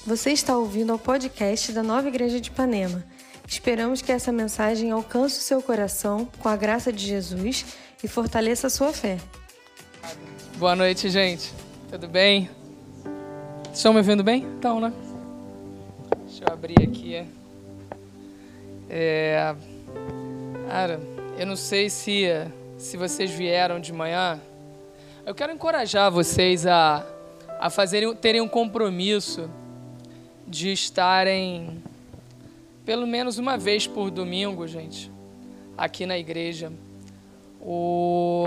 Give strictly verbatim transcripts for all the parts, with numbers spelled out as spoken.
Você está ouvindo ao podcast da Nova Igreja de Ipanema. Esperamos que essa mensagem alcance o seu coração com a graça de Jesus e fortaleça a sua fé. Boa noite, gente. Tudo bem? Estão me ouvindo bem? Então, né? Deixa eu abrir aqui. É... Cara, eu não sei se, se vocês vieram de manhã. Eu quero encorajar vocês a, a fazerem, terem um compromisso de estarem pelo menos uma vez por domingo, gente, aqui na igreja. O...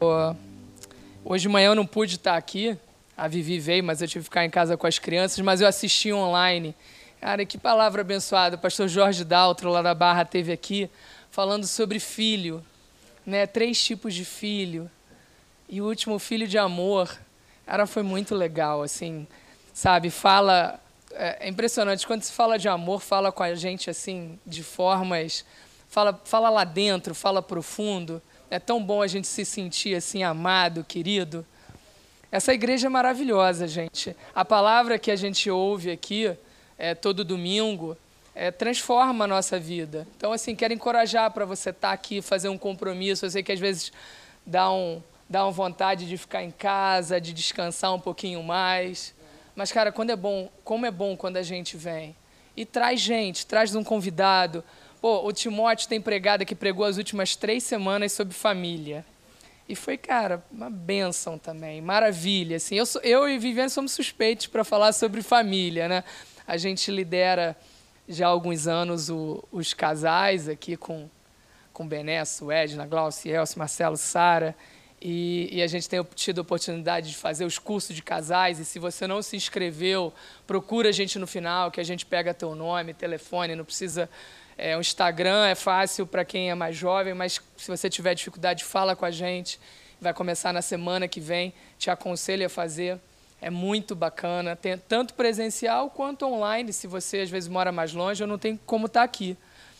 Hoje de manhã eu não pude estar aqui, a Vivi veio, mas eu tive que ficar em casa com as crianças, mas eu assisti online. Cara, que palavra abençoada. O pastor Jorge Daltro, lá da Barra, teve aqui falando sobre filho, né? Três tipos de filho. E o último, filho de amor. Cara, foi muito legal, assim, sabe? Fala... É impressionante, quando se fala de amor, fala com a gente, assim, de formas... Fala, fala lá dentro, fala profundo. É tão bom a gente se sentir, assim, amado, querido. Essa igreja é maravilhosa, gente. A palavra que a gente ouve aqui, é, todo domingo, é, transforma a nossa vida. Então, assim, quero encorajar para você estar aqui, fazer um compromisso. Eu sei que às vezes dá, um, dá uma vontade de ficar em casa, de descansar um pouquinho mais. Mas, cara, quando é bom, como é bom quando a gente vem. E traz gente, traz um convidado. Pô, o Timóteo tem pregado aqui, pregou as últimas três semanas sobre família. E foi, cara, uma bênção também, maravilha. Assim, eu, sou, eu e Viviane somos suspeitos para falar sobre família, né? A gente lidera já há alguns anos o, os casais aqui com, com Bené, Edna, Glaucio, Elcio, Marcelo, Sara. E, e a gente tem tido a oportunidade de fazer os cursos de casais. E se você não se inscreveu, procura a gente no final, que a gente pega teu nome, telefone, não precisa... É, o Instagram é fácil para quem é mais jovem, mas se você tiver dificuldade, fala com a gente. Vai começar na semana que vem, te aconselho a fazer. É muito bacana, tem tanto presencial quanto online. Se você às vezes mora mais longe, eu não tenho como estar aqui.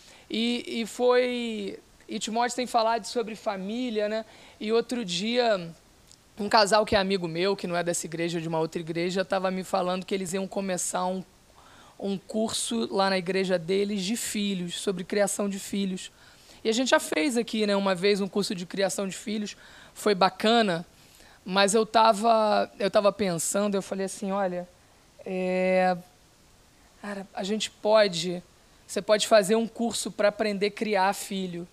E, e foi... E Timóteo tem falado sobre família, né? E outro dia, um casal que é amigo meu, que não é dessa igreja, de uma outra igreja, estava me falando que eles iam começar um um curso lá na igreja deles de filhos, sobre criação de filhos. E a gente já fez aqui, né, uma vez um curso de criação de filhos, foi bacana, mas eu estava eu tava pensando, eu falei assim, olha, é, cara, a gente pode, você pode fazer um curso para aprender a criar filho,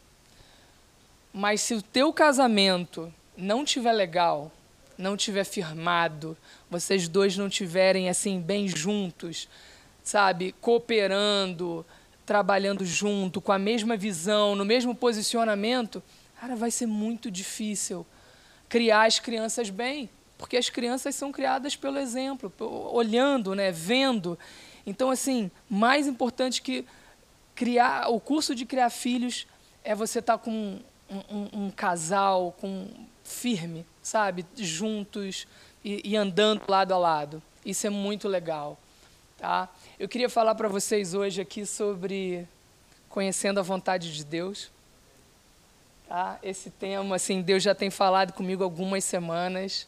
mas se o teu casamento não tiver legal, não tiver firmado, vocês dois não tiverem assim bem juntos, sabe, cooperando, trabalhando junto, com a mesma visão, no mesmo posicionamento, cara, vai ser muito difícil criar as crianças bem, porque as crianças são criadas pelo exemplo, olhando, né, vendo. Então, assim, mais importante que criar, o curso de criar filhos é você estar com um, um, um casal com, firme, sabe, juntos e, e andando lado a lado. Isso é muito legal. Tá? Eu queria falar para vocês hoje aqui sobre conhecendo a vontade de Deus. Tá? Esse tema, assim, Deus já tem falado comigo algumas semanas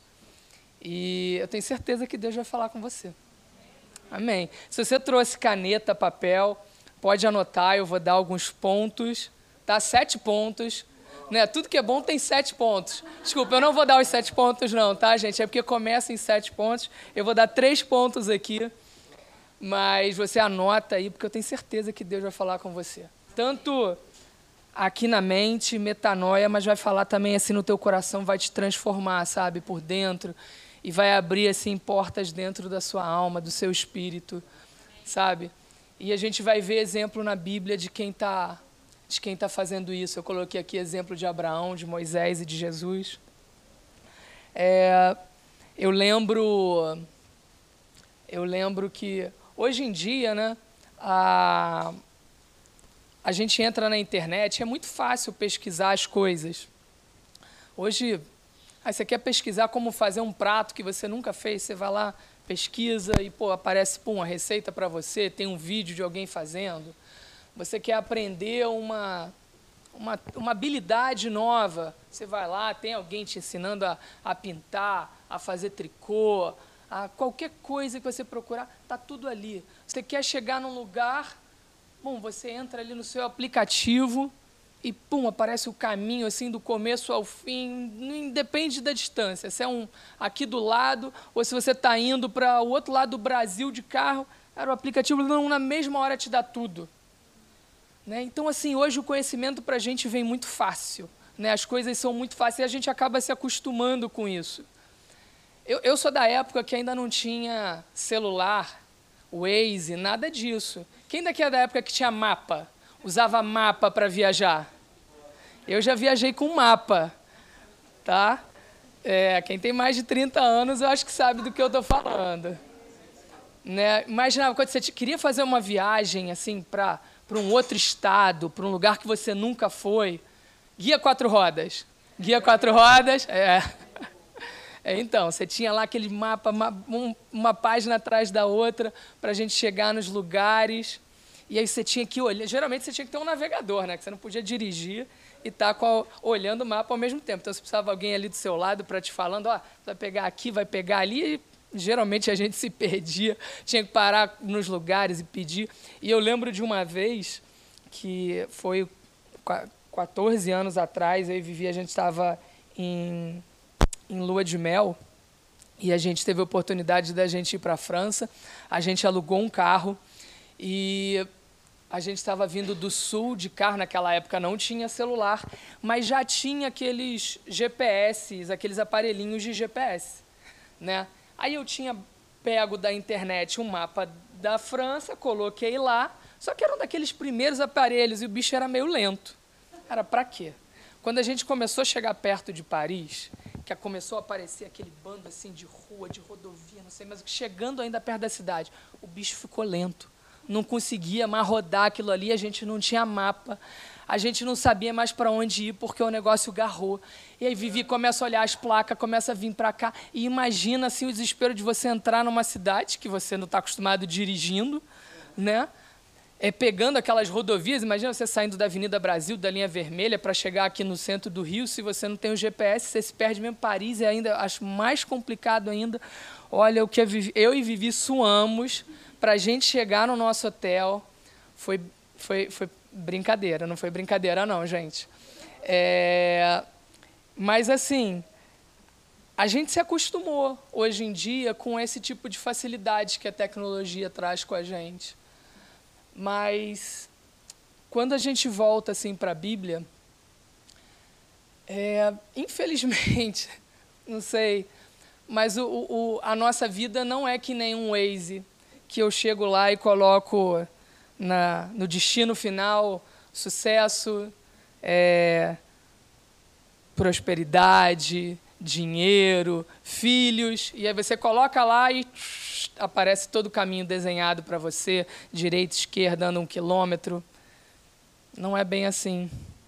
e eu tenho certeza que Deus vai falar com você. Amém. Se você trouxe caneta, papel, pode anotar, eu vou dar alguns pontos, tá? Sete pontos. Né? Tudo que é bom tem sete pontos. Desculpa, eu não vou dar os sete pontos não, tá, gente? É porque começa em sete pontos. Eu vou dar três pontos aqui. Mas você anota aí, porque eu tenho certeza que Deus vai falar com você. Tanto aqui na mente, metanoia, mas vai falar também assim no teu coração, vai te transformar, sabe, por dentro. E vai abrir, assim, portas dentro da sua alma, do seu espírito, sabe? E a gente vai ver exemplo na Bíblia de quem está de quem tá fazendo isso. Eu coloquei aqui exemplo de Abraão, de Moisés e de Jesus. É, eu lembro... Eu lembro que... Hoje em dia, né, a, a gente entra na internet, é muito fácil pesquisar as coisas. Hoje, aí você quer pesquisar como fazer um prato que você nunca fez, você vai lá, pesquisa e pô, aparece pô, uma receita para você, tem um vídeo de alguém fazendo. Você quer aprender uma, uma, uma habilidade nova, você vai lá, tem alguém te ensinando a, a pintar, a fazer tricô, a qualquer coisa que você procurar, está tudo ali. Você quer chegar num lugar, bom, você entra ali no seu aplicativo e, pum, aparece o caminho, assim, do começo ao fim, não independe da distância, se é um aqui do lado, ou se você está indo para o outro lado do Brasil de carro, cara, o aplicativo não, na mesma hora te dá tudo. Né? Então, assim, hoje o conhecimento para a gente vem muito fácil, né? As coisas são muito fáceis e a gente acaba se acostumando com isso. Eu, eu sou da época que ainda não tinha celular, Waze, nada disso. Quem daqui é da época que tinha mapa? Usava mapa para viajar? Eu já viajei com mapa, tá? É, quem tem mais de trinta anos, eu acho que sabe do que eu estou falando. Né? Imaginava, quando você queria fazer uma viagem assim, para para um outro estado, para um lugar que você nunca foi, guia quatro rodas. Guia quatro rodas, é... É, então, você tinha lá aquele mapa, uma, um, uma página atrás da outra, para a gente chegar nos lugares. E aí você tinha que olhar. Geralmente você tinha que ter um navegador, né? Que você não podia dirigir e estar tá olhando o mapa ao mesmo tempo. Então você precisava de alguém ali do seu lado para te falando, ó, vai pegar aqui, vai pegar ali. E geralmente a gente se perdia, tinha que parar nos lugares e pedir. E eu lembro de uma vez que foi quatorze anos atrás, eu e Vivi, a gente estava em. em lua de mel, e a gente teve a oportunidade da gente ir para a França. A gente alugou um carro e a gente estava vindo do sul de carro. Naquela época não tinha celular, mas já tinha aqueles G P S, aqueles aparelhinhos de G P S, né? Aí eu tinha pego da internet um mapa da França, coloquei lá, só que eram daqueles primeiros aparelhos e o bicho era meio lento. Era para quê? Quando a gente começou a chegar perto de Paris, que começou a aparecer aquele bando assim de rua, de rodovia, não sei, mas chegando ainda perto da cidade, o bicho ficou lento. Não conseguia mais rodar aquilo ali, a gente não tinha mapa, a gente não sabia mais para onde ir, porque o negócio garrou. E aí Vivi começa a olhar as placas, começa a vir para cá, e imagina assim, o desespero de você entrar numa cidade que você não está acostumado dirigindo, né? É, pegando aquelas rodovias, imagina você saindo da Avenida Brasil, da linha vermelha, para chegar aqui no centro do Rio. Se você não tem o G P S, você se perde mesmo. Paris é ainda, acho mais complicado ainda. Olha, o que eu e Vivi suamos para a gente chegar no nosso hotel. Foi, foi, foi brincadeira, não foi brincadeira não, gente. É, mas, assim, a gente se acostumou, hoje em dia, com esse tipo de facilidade que a tecnologia traz com a gente. Mas, quando a gente volta assim, para a Bíblia, é, infelizmente, não sei, mas o, o, a nossa vida não é que nem um Waze, que eu chego lá e coloco na, no destino final sucesso, é, prosperidade, dinheiro, filhos, e aí você coloca lá e aparece todo o caminho desenhado para você, direita, esquerda, anda um quilômetro. Não é bem assim.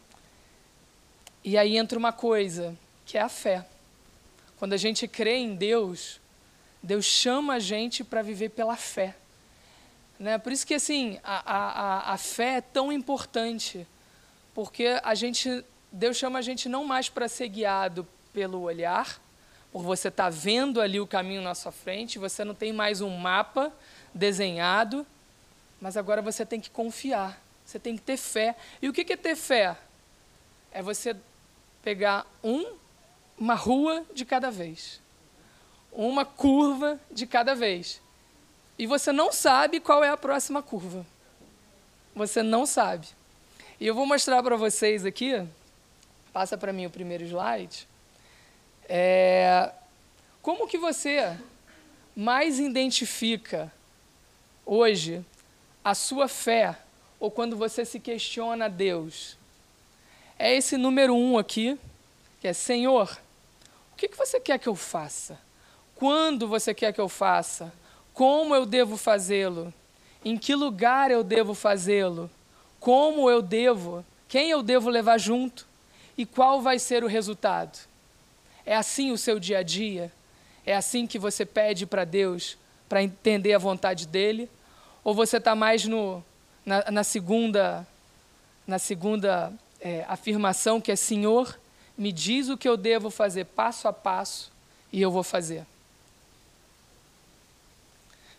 E aí entra uma coisa, que é a fé. Quando a gente crê em Deus, Deus chama a gente para viver pela fé. Né? Por isso que assim, a, a, a fé é tão importante, porque a gente, Deus chama a gente não mais para ser guiado pelo olhar, por você estar vendo ali o caminho na sua frente, você não tem mais um mapa desenhado, mas agora você tem que confiar, você tem que ter fé. E o que é ter fé? É você pegar um, uma rua de cada vez, uma curva de cada vez, e você não sabe qual é a próxima curva. Você não sabe. E eu vou mostrar para vocês aqui, passa para mim o primeiro slide, É, como que você mais identifica hoje a sua fé, ou quando você se questiona a Deus? É esse número um aqui, que é: Senhor, o que que você quer que eu faça? Quando você quer que eu faça? Como eu devo fazê-lo? Em que lugar eu devo fazê-lo? Como eu devo? Quem eu devo levar junto? E qual vai ser o resultado? É assim o seu dia a dia? É assim que você pede para Deus, para entender a vontade dEle? Ou você está mais no, na, na segunda, na segunda é, afirmação, que é: Senhor, me diz o que eu devo fazer passo a passo e eu vou fazer?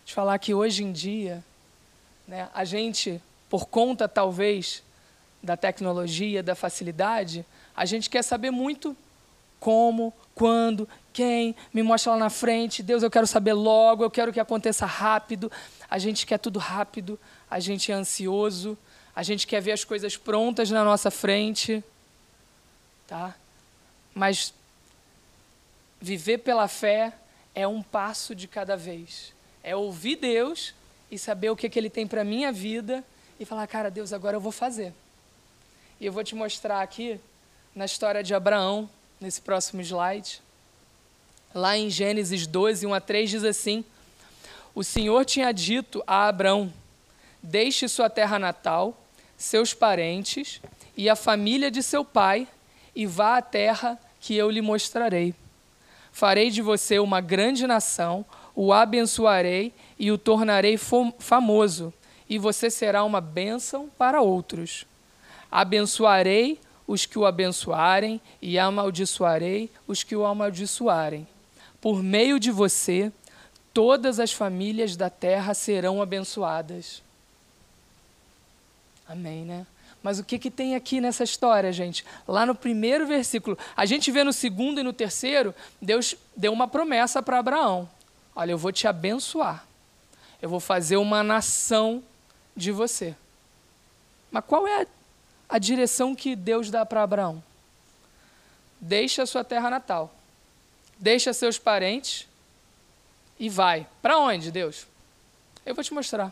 te falar que hoje em dia, né, a gente, por conta talvez da tecnologia, da facilidade, a gente quer saber muito como, quando, quem, me mostra lá na frente, Deus, eu quero saber logo, eu quero que aconteça rápido, a gente quer tudo rápido, a gente é ansioso, a gente quer ver as coisas prontas na nossa frente, tá? Mas viver pela fé é um passo de cada vez. É ouvir Deus e saber o que, que Ele tem para a minha vida e falar, cara, Deus, agora eu vou fazer. E eu vou te mostrar aqui, na história de Abraão, nesse próximo slide. Lá em Gênesis doze, um a três, diz assim, o Senhor tinha dito a Abrão, deixe sua terra natal, seus parentes e a família de seu pai e vá à terra que eu lhe mostrarei. Farei de você uma grande nação, o abençoarei e o tornarei famoso, e você será uma bênção para outros. Abençoarei os que o abençoarem e amaldiçoarei os que o amaldiçoarem. Por meio de você, todas as famílias da terra serão abençoadas. Amém, né? Mas o que, que tem aqui nessa história, gente? Lá no primeiro versículo, a gente vê no segundo e no terceiro, Deus deu uma promessa para Abraão. Olha, eu vou te abençoar. Eu vou fazer uma nação de você. Mas qual é a, a direção que Deus dá para Abraão? Deixa a sua terra natal. Deixa seus parentes e vai. Para onde, Deus? Eu vou te mostrar.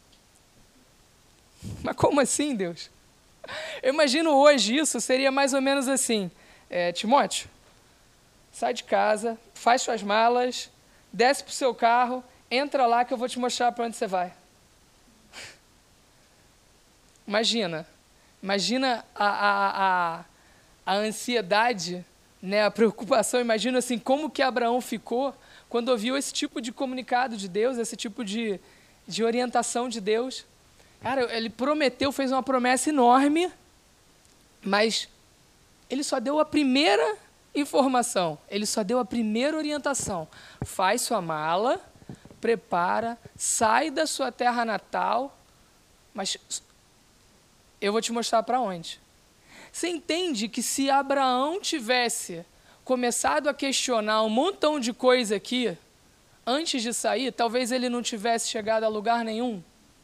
Mas como assim, Deus? Eu imagino hoje isso seria mais ou menos assim. É, Timóteo, sai de casa, faz suas malas, desce para o seu carro, entra lá que eu vou te mostrar para onde você vai. Imagina. Imagina a, a, a, a ansiedade, né, a preocupação. Imagina assim, como que Abraão ficou quando ouviu esse tipo de comunicado de Deus, esse tipo de, de orientação de Deus. Cara, ele prometeu, fez uma promessa enorme, mas ele só deu a primeira informação, ele só deu a primeira orientação. Faz sua mala, prepara, sai da sua terra natal, mas eu vou te mostrar para onde. Você entende que se Abraão tivesse começado a questionar um montão de coisa aqui, antes de sair, talvez ele não tivesse chegado a lugar nenhum?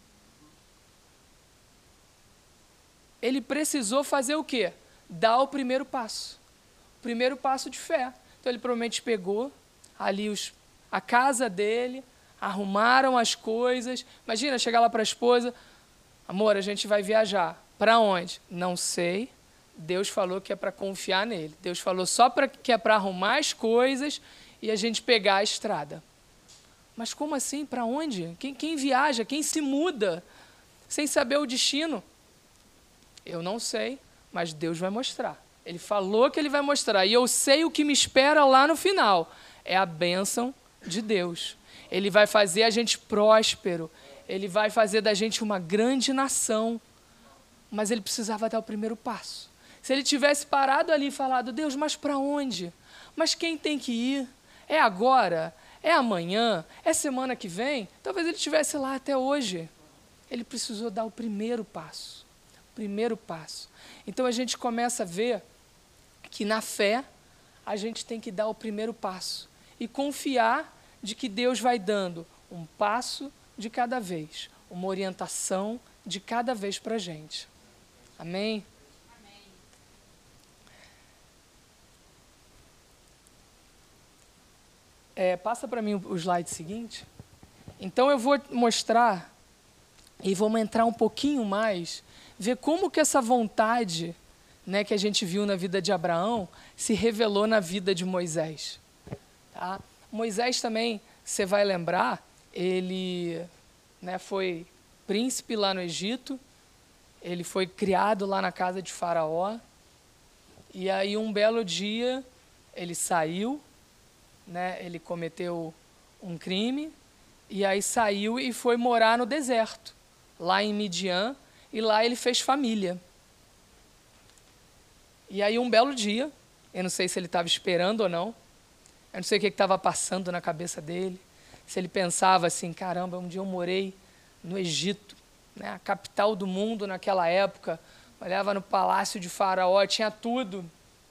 Ele precisou fazer o quê? Dar o primeiro passo. O primeiro passo de fé. Então, ele provavelmente pegou ali os, a casa dele, arrumaram as coisas. Imagina, chegar lá para a esposa, amor, a gente vai viajar. Para onde? Não sei. Deus falou que é para confiar nele. Deus falou só pra, que é para arrumar as coisas e a gente pegar a estrada. Mas como assim? Para onde? Quem, quem viaja? Quem se muda sem saber o destino? Eu não sei, mas Deus vai mostrar. Ele falou que Ele vai mostrar. E eu sei o que me espera lá no final. É a bênção de Deus. Ele vai fazer a gente próspero. Ele vai fazer da gente uma grande nação. Mas Ele precisava dar o primeiro passo. Se Ele tivesse parado ali e falado, Deus, mas para onde? Mas quem tem que ir? É agora? É amanhã? É semana que vem? Talvez Ele estivesse lá até hoje. Ele precisou dar o primeiro passo. Primeiro passo. Então a gente começa a ver que na fé a gente tem que dar o primeiro passo e confiar de que Deus vai dando um passo de cada vez, uma orientação de cada vez para a gente. Amém? Amém. É, passa para mim o slide seguinte. Então eu vou mostrar e vamos entrar um pouquinho mais, ver como que essa vontade, né, que a gente viu na vida de Abraão se revelou na vida de Moisés. Tá? Moisés também, você vai lembrar, ele, né, foi príncipe lá no Egito, ele foi criado lá na casa de Faraó, e aí um belo dia ele saiu, né, ele cometeu um crime, e aí saiu e foi morar no deserto, lá em Midian, e lá ele fez família. E aí um belo dia, eu não sei se ele estava esperando ou não, eu não sei o que estava passando na cabeça dele, se ele pensava assim, caramba, um dia eu morei no Egito, né, a capital do mundo naquela época, olhava no palácio de Faraó, tinha tudo.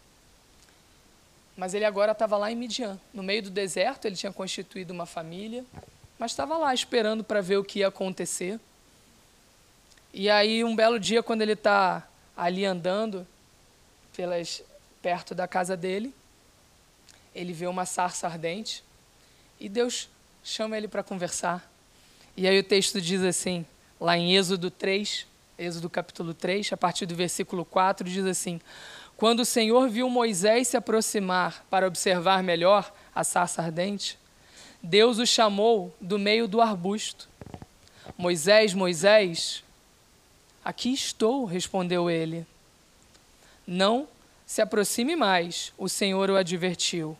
Mas ele agora estava lá em Midian, no meio do deserto, ele tinha constituído uma família, mas estava lá esperando para ver o que ia acontecer. E aí, um belo dia, quando ele está ali andando pelas, perto da casa dele, ele vê uma sarça ardente e Deus chama ele para conversar. E aí o texto diz assim, lá em Êxodo três, Êxodo capítulo três, a partir do versículo quatro, diz assim: quando o Senhor viu Moisés se aproximar para observar melhor a sarça ardente, Deus o chamou do meio do arbusto. Moisés, Moisés, aqui estou, respondeu ele. Não se aproxime mais, o Senhor o advertiu.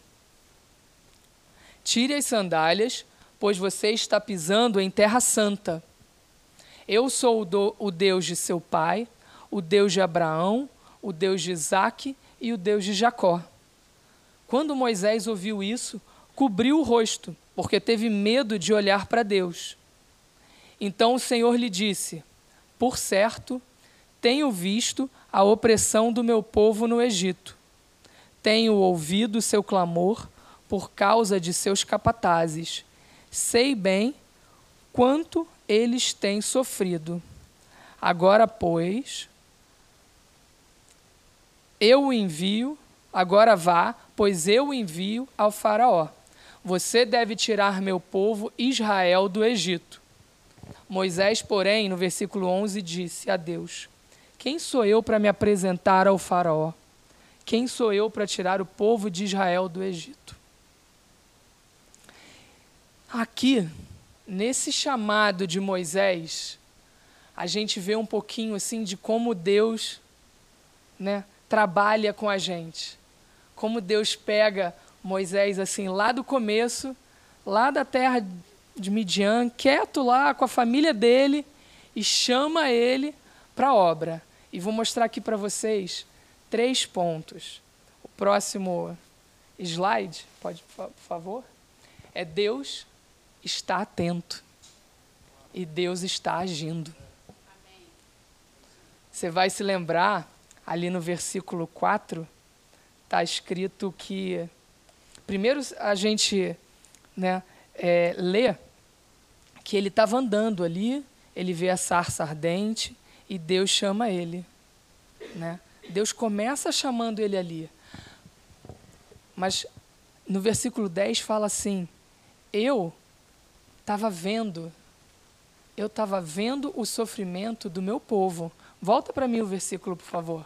Tire as sandálias, pois você está pisando em terra santa. Eu sou o, do, o Deus de seu pai, o Deus de Abraão, o Deus de Isaque e o Deus de Jacó. Quando Moisés ouviu isso, cobriu o rosto, porque teve medo de olhar para Deus. Então o Senhor lhe disse: por certo, tenho visto a opressão do meu povo no Egito. Tenho ouvido seu clamor por causa de seus capatazes. Sei bem quanto eles têm sofrido. Agora, pois, eu o envio, agora vá, pois eu o envio ao Faraó. Você deve tirar meu povo Israel do Egito. Moisés, porém, no versículo onze, disse a Deus: quem sou eu para me apresentar ao Faraó? Quem sou eu para tirar o povo de Israel do Egito? Aqui, nesse chamado de Moisés, a gente vê um pouquinho assim de como Deus, né, trabalha com a gente. Como Deus pega Moisés assim lá do começo, lá da terra de Midian, quieto lá com a família dele, e chama ele para a obra. E vou mostrar aqui para vocês três pontos. O próximo slide, pode, por favor, é Deus está atento e Deus está agindo. Você vai se lembrar, ali no versículo quatro, está escrito que, primeiro a gente, né, é, lê que ele estava andando ali, ele vê a sarça ardente e Deus chama ele. Né? Deus começa chamando ele ali. Mas no versículo dez fala assim: eu estava vendo, eu estava vendo o sofrimento do meu povo. Volta para mim o versículo, por favor.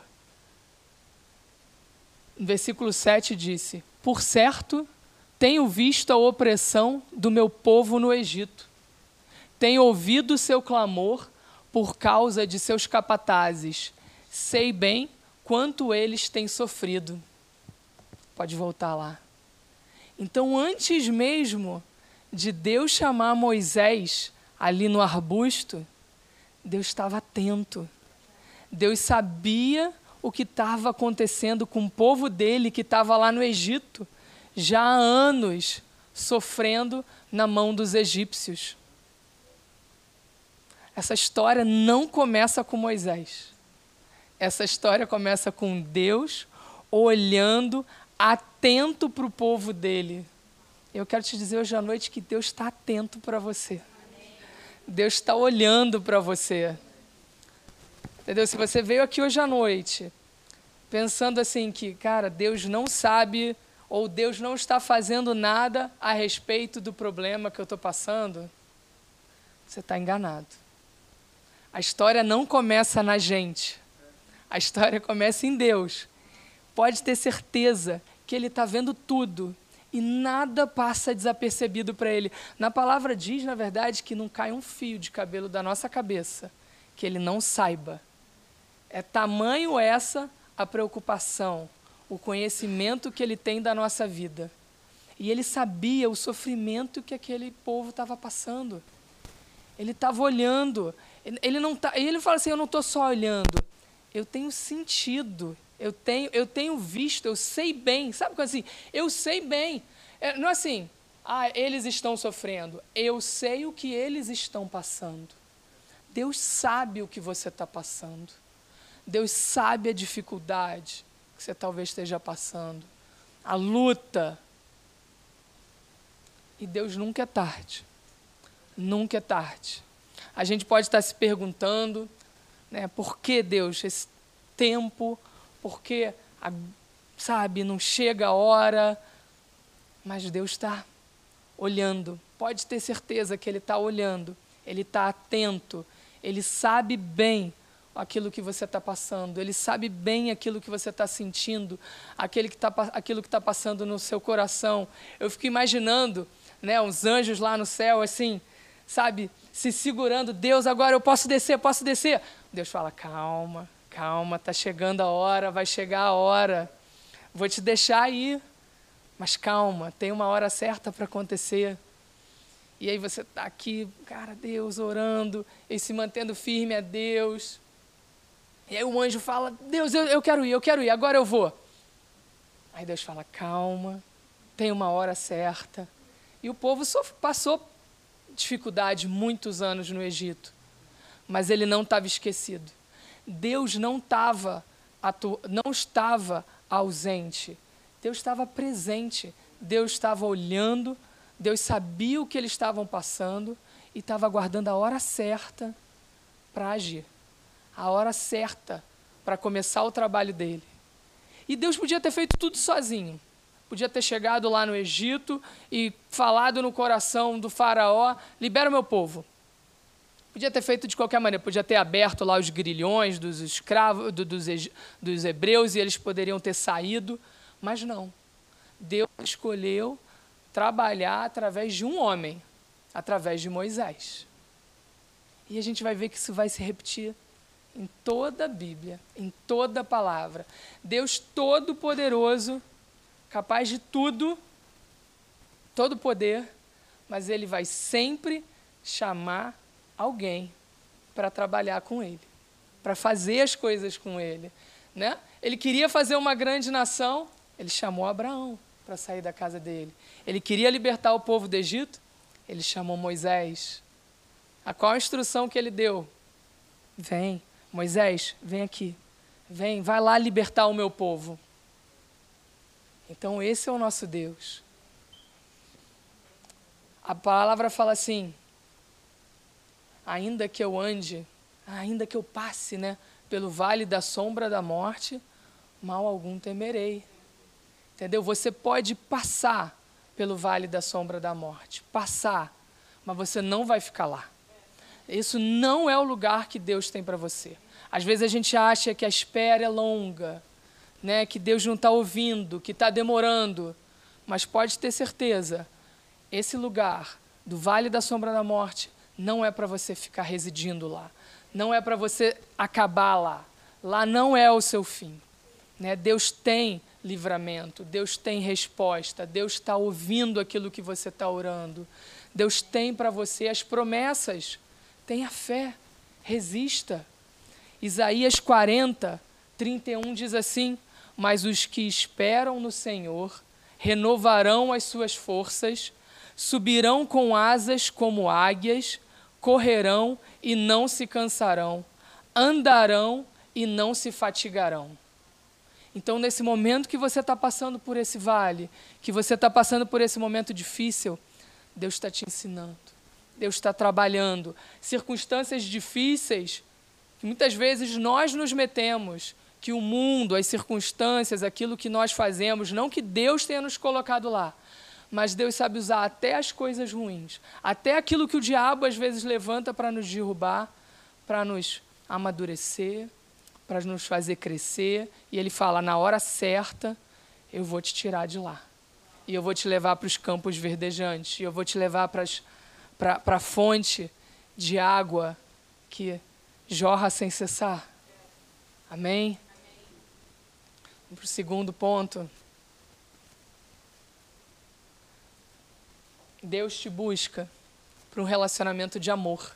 No versículo sete disse: por certo, tenho visto a opressão do meu povo no Egito. Tenho ouvido seu clamor por causa de seus capatazes. Sei bem quanto eles têm sofrido. Pode voltar lá. Então, antes mesmo de Deus chamar Moisés ali no arbusto, Deus estava atento. Deus sabia o que estava acontecendo com o povo dele, que estava lá no Egito, já há anos, sofrendo na mão dos egípcios. Essa história não começa com Moisés. Essa história começa com Deus olhando, atento para o povo dele. Eu quero te dizer hoje à noite que Deus está atento para você. Deus está olhando para você. Entendeu? Se você veio aqui hoje à noite pensando assim que, cara, Deus não sabe ou Deus não está fazendo nada a respeito do problema que eu estou passando, você está enganado. A história não começa na gente. A história começa em Deus. Pode ter certeza que Ele está vendo tudo e nada passa desapercebido para Ele. Na palavra diz, na verdade, que não cai um fio de cabelo da nossa cabeça que Ele não saiba. É tamanho essa a preocupação, o conhecimento que Ele tem da nossa vida. E Ele sabia o sofrimento que aquele povo estava passando. Ele estava olhando. Ele não tá, ele fala assim: eu não estou só olhando, eu tenho sentido, eu tenho, eu tenho visto, eu sei bem. Sabe como assim? Eu sei bem. É, não é assim, Ah, eles estão sofrendo. Eu sei o que eles estão passando. Deus sabe o que você está passando. Deus sabe a dificuldade que você talvez esteja passando. A luta. E Deus nunca é tarde. Nunca é tarde. A gente pode estar se perguntando, né, por que Deus, esse tempo, por que, a, sabe, não chega a hora, mas Deus está olhando. Pode ter certeza que Ele está olhando, Ele está atento, Ele sabe bem aquilo que você está passando, Ele sabe bem aquilo que você está sentindo, aquele que tá, aquilo que está passando no seu coração. Eu fico imaginando, né, uns anjos lá no céu, assim, sabe, se segurando. Deus, agora eu posso descer, posso descer. Deus fala, calma, calma, está chegando a hora, vai chegar a hora. Vou te deixar aí, mas calma, tem uma hora certa para acontecer. E aí você está aqui, cara, Deus, orando, e se mantendo firme a Deus. E aí o anjo fala, Deus, eu, eu quero ir, eu quero ir, agora eu vou. Aí Deus fala, calma, tem uma hora certa. E o povo sofre, passou dificuldade muitos anos no Egito, mas ele não estava esquecido. Deus não estava atu... não estava ausente. Deus estava presente. Deus estava olhando. Deus sabia o que eles estavam passando e estava aguardando a hora certa para agir, a hora certa para começar o trabalho dele. E Deus podia ter feito tudo sozinho. Podia ter chegado lá no Egito e falado no coração do faraó, libera o meu povo. Podia ter feito de qualquer maneira, podia ter aberto lá os grilhões dos escravos, do, dos, dos hebreus, e eles poderiam ter saído, mas não. Deus escolheu trabalhar através de um homem, através de Moisés. E a gente vai ver que isso vai se repetir em toda a Bíblia, em toda a palavra. Deus Todo-Poderoso, capaz de tudo, todo poder, mas Ele vai sempre chamar alguém para trabalhar com Ele, para fazer as coisas com Ele, né? Ele queria fazer uma grande nação, Ele chamou Abraão para sair da casa dele. Ele queria libertar o povo do Egito, Ele chamou Moisés. A qual a instrução que Ele deu? Vem, Moisés, vem aqui, vem, vai lá libertar o meu povo. Então, esse é o nosso Deus. A palavra fala assim, ainda que eu ande, ainda que eu passe, né, pelo vale da sombra da morte, mal algum temerei. Entendeu? Você pode passar pelo vale da sombra da morte, passar, mas você não vai ficar lá. Isso não é o lugar que Deus tem para você. Às vezes a gente acha que a espera é longa, né, que Deus não está ouvindo, que está demorando, mas pode ter certeza, esse lugar do Vale da Sombra da Morte não é para você ficar residindo lá, não é para você acabar lá, lá não é o seu fim, né? Deus tem livramento, Deus tem resposta, Deus está ouvindo aquilo que você está orando, Deus tem para você as promessas, tenha fé, resista. Isaías quarenta, trinta e um diz assim, mas os que esperam no Senhor renovarão as suas forças, subirão com asas como águias, correrão e não se cansarão, andarão e não se fatigarão. Então, nesse momento que você está passando por esse vale, que você está passando por esse momento difícil, Deus está te ensinando, Deus está trabalhando. Circunstâncias difíceis, que muitas vezes nós nos metemos, que o mundo, as circunstâncias, aquilo que nós fazemos, não que Deus tenha nos colocado lá, mas Deus sabe usar até as coisas ruins, até aquilo que o diabo às vezes levanta para nos derrubar, para nos amadurecer, para nos fazer crescer, e Ele fala, na hora certa, eu vou te tirar de lá, e eu vou te levar para os campos verdejantes, e eu vou te levar para para a fonte de água que jorra sem cessar. Amém? Vamos para o segundo ponto. Deus te busca para um relacionamento de amor.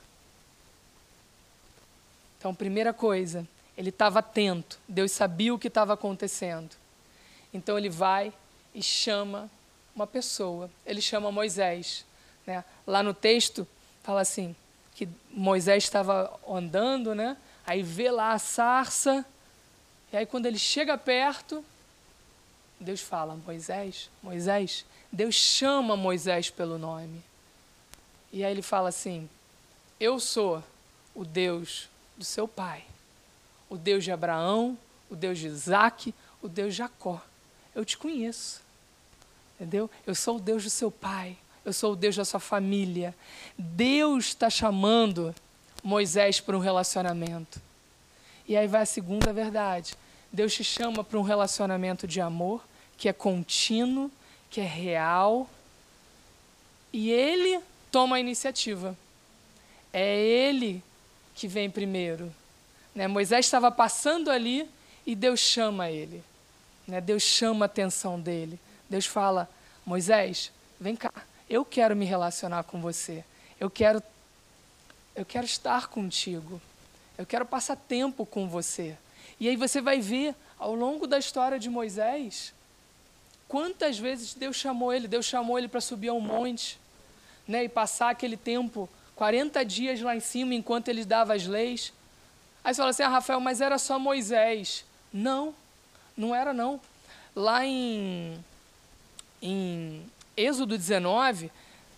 Então, primeira coisa, Ele estava atento. Deus sabia o que estava acontecendo. Então, Ele vai e chama uma pessoa. Ele chama Moisés, né? Lá no texto fala assim, que Moisés estava andando, né? Aí vê lá a sarça, e aí quando ele chega perto, Deus fala, Moisés, Moisés, Deus chama Moisés pelo nome. E aí ele fala assim, eu sou o Deus do seu pai, o Deus de Abraão, o Deus de Isaque, o Deus de Jacó. Eu te conheço, entendeu? Eu sou o Deus do seu pai, eu sou o Deus da sua família. Deus está chamando Moisés para um relacionamento. E aí vai a segunda verdade. Deus te chama para um relacionamento de amor, que é contínuo, que é real. E Ele toma a iniciativa. É Ele que vem primeiro. Né? Moisés estava passando ali e Deus chama ele. Né? Deus chama a atenção dele. Deus fala, Moisés, vem cá, eu quero me relacionar com você. Eu quero, eu quero estar contigo. Eu quero passar tempo com você. E aí você vai ver, ao longo da história de Moisés, quantas vezes Deus chamou ele. Deus chamou ele para subir a um monte, né, e passar aquele tempo, quarenta dias lá em cima, enquanto ele dava as leis. Aí você fala assim, ah, Rafael, mas era só Moisés. Não, não era não. Lá em, em Êxodo dezenove,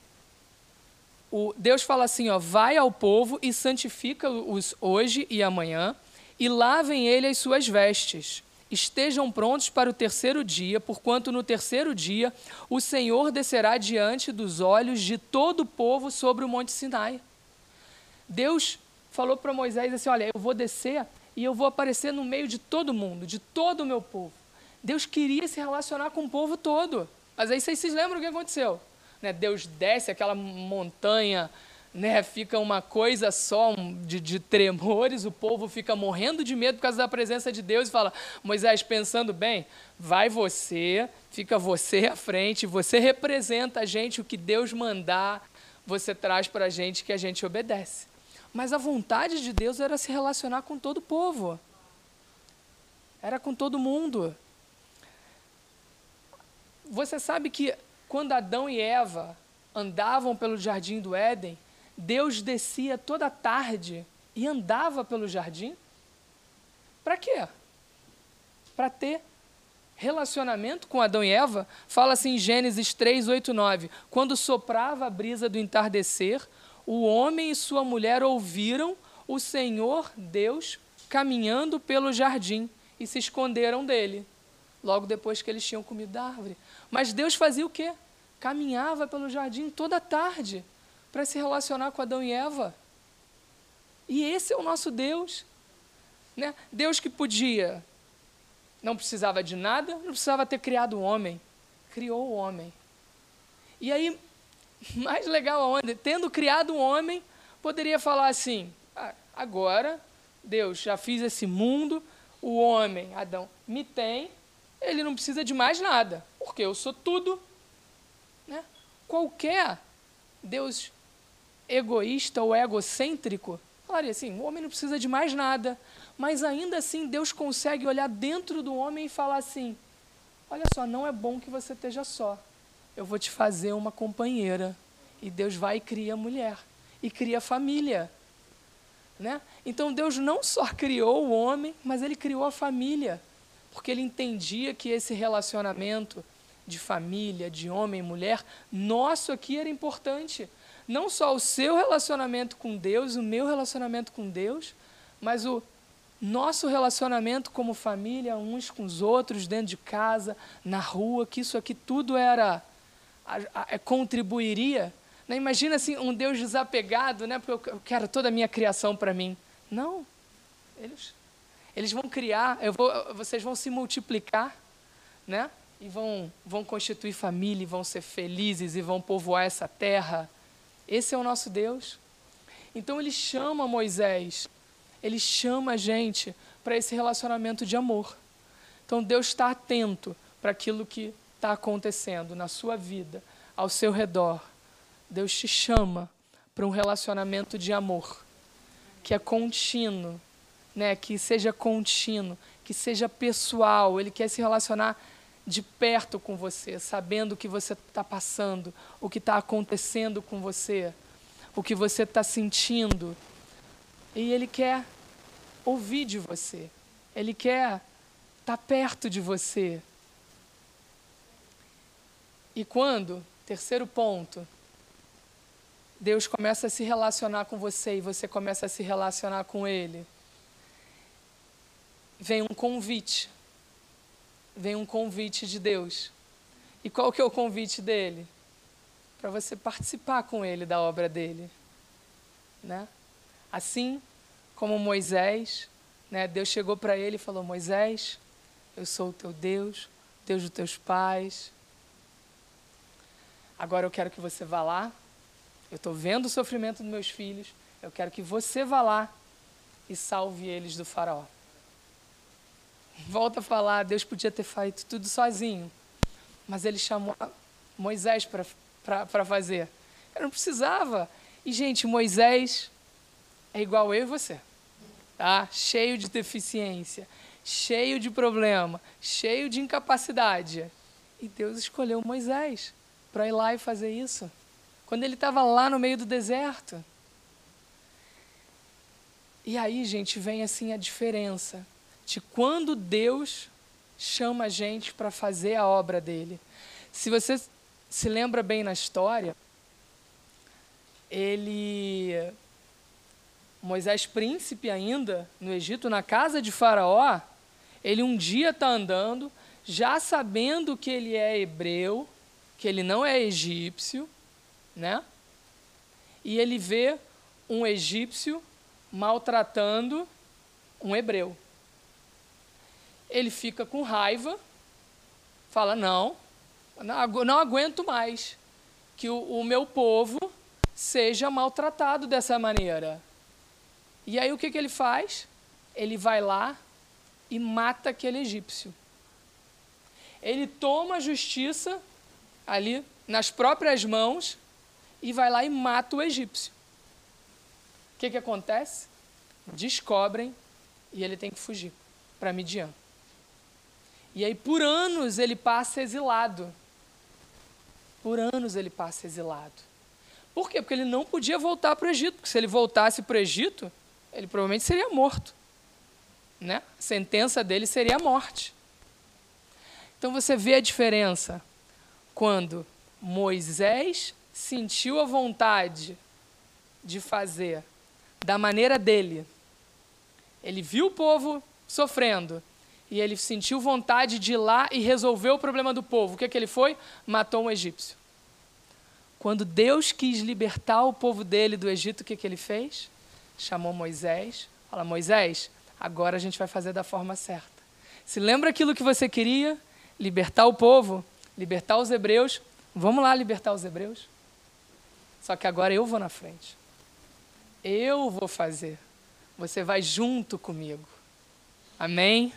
o, Deus fala assim, ó, vai ao povo e santifica-os hoje e amanhã, e lavem ele as suas vestes. Estejam prontos para o terceiro dia, porquanto no terceiro dia o Senhor descerá diante dos olhos de todo o povo sobre o Monte Sinai. Deus falou para Moisés assim, olha, eu vou descer e eu vou aparecer no meio de todo mundo, de todo o meu povo. Deus queria se relacionar com o povo todo. Mas aí vocês se lembram o que aconteceu? Né? Deus desce aquela montanha, né? Fica uma coisa só um, de, de tremores, o povo fica morrendo de medo por causa da presença de Deus e fala, Moisés, pensando bem, vai você, fica você à frente, você representa a gente, o que Deus mandar, você traz para a gente que a gente obedece. Mas a vontade de Deus era se relacionar com todo o povo. Era com todo mundo. Você sabe que quando Adão e Eva andavam pelo jardim do Éden, Deus descia toda tarde e andava pelo jardim? Para quê? Para ter relacionamento com Adão e Eva. Fala assim em Gênesis três, oito, nove. Quando soprava a brisa do entardecer, o homem e sua mulher ouviram o Senhor Deus caminhando pelo jardim e se esconderam dele, logo depois que eles tinham comido da árvore. Mas Deus fazia o quê? Caminhava pelo jardim toda tarde para se relacionar com Adão e Eva. E esse é o nosso Deus. Né? Deus que podia, não precisava de nada, não precisava ter criado o homem. Criou o homem. E aí, mais legal aonde? Tendo criado o homem, poderia falar assim, ah, agora, Deus, já fiz esse mundo, o homem, Adão, me tem, ele não precisa de mais nada, porque eu sou tudo. Né? Qualquer Deus egoísta ou egocêntrico falaria assim, o homem não precisa de mais nada, mas ainda assim Deus consegue olhar dentro do homem e falar assim, olha só, não é bom que você esteja só, eu vou te fazer uma companheira. E Deus vai e cria mulher, e cria família. Né? Então Deus não só criou o homem, mas Ele criou a família, porque Ele entendia que esse relacionamento de família, de homem e mulher, nosso aqui era importante. Não só o seu relacionamento com Deus, o meu relacionamento com Deus, mas o nosso relacionamento como família, uns com os outros, dentro de casa, na rua, que isso aqui tudo era, a, a, a, contribuiria. Né? Imagina assim, um Deus desapegado, né? Porque eu quero toda a minha criação para mim. Não, eles, eles vão criar, eu vou, vocês vão se multiplicar, né? E vão, vão constituir família, e vão ser felizes, e vão povoar essa terra. Esse é o nosso Deus. Então Ele chama Moisés, Ele chama a gente para esse relacionamento de amor. Então Deus está atento para aquilo que está acontecendo na sua vida, ao seu redor. Deus te chama para um relacionamento de amor, que é contínuo, né? Que seja contínuo, que seja pessoal. Ele quer se relacionar de perto com você, sabendo o que você está passando, o que está acontecendo com você, o que você está sentindo. E Ele quer ouvir de você. Ele quer estar perto de você. E quando, terceiro ponto, Deus começa a se relacionar com você e você começa a se relacionar com Ele, vem um convite. Vem um convite de Deus. E qual que é o convite dele? Para você participar com Ele da obra dele. Né? Assim como Moisés, né, Deus chegou para ele e falou: Moisés, eu sou o teu Deus, Deus dos teus pais. Agora eu quero que você vá lá. Eu estou vendo o sofrimento dos meus filhos. Eu quero que você vá lá e salve eles do faraó. Volta a falar, Deus podia ter feito tudo sozinho, mas Ele chamou Moisés para fazer. Eu não precisava. E, gente, Moisés é igual eu e você. Tá? Cheio de deficiência, cheio de problema, cheio de incapacidade. E Deus escolheu Moisés para ir lá e fazer isso. Quando ele estava lá no meio do deserto. E aí, gente, vem assim a diferença de quando Deus chama a gente para fazer a obra dele. Se você se lembra bem na história, ele, Moisés príncipe ainda, no Egito, na casa de Faraó, ele um dia está andando, já sabendo que ele é hebreu, que ele não é egípcio, né? E ele vê um egípcio maltratando um hebreu. Ele fica com raiva, fala, não, não aguento mais que o, o meu povo seja maltratado dessa maneira. E aí o que, que ele faz? Ele vai lá e mata aquele egípcio. Ele toma a justiça ali nas próprias mãos e vai lá e mata o egípcio. O que, que acontece? Descobrem e ele tem que fugir para Midian. E aí, por anos, ele passa exilado. Por anos ele passa exilado. Por quê? Porque ele não podia voltar para o Egito. Porque se ele voltasse para o Egito, ele provavelmente seria morto. Né? A sentença dele seria a morte. Então, você vê a diferença quando Moisés sentiu a vontade de fazer da maneira dele. Ele viu o povo sofrendo. E ele sentiu vontade de ir lá e resolver o problema do povo. O que, que ele foi? Matou um egípcio. Quando Deus quis libertar o povo dele do Egito, o que, que ele fez? Chamou Moisés. Fala, Moisés, agora a gente vai fazer da forma certa. Se lembra aquilo que você queria? Libertar o povo, libertar os hebreus. Vamos lá libertar os hebreus? Só que agora eu vou na frente. Eu vou fazer. Você vai junto comigo. Amém?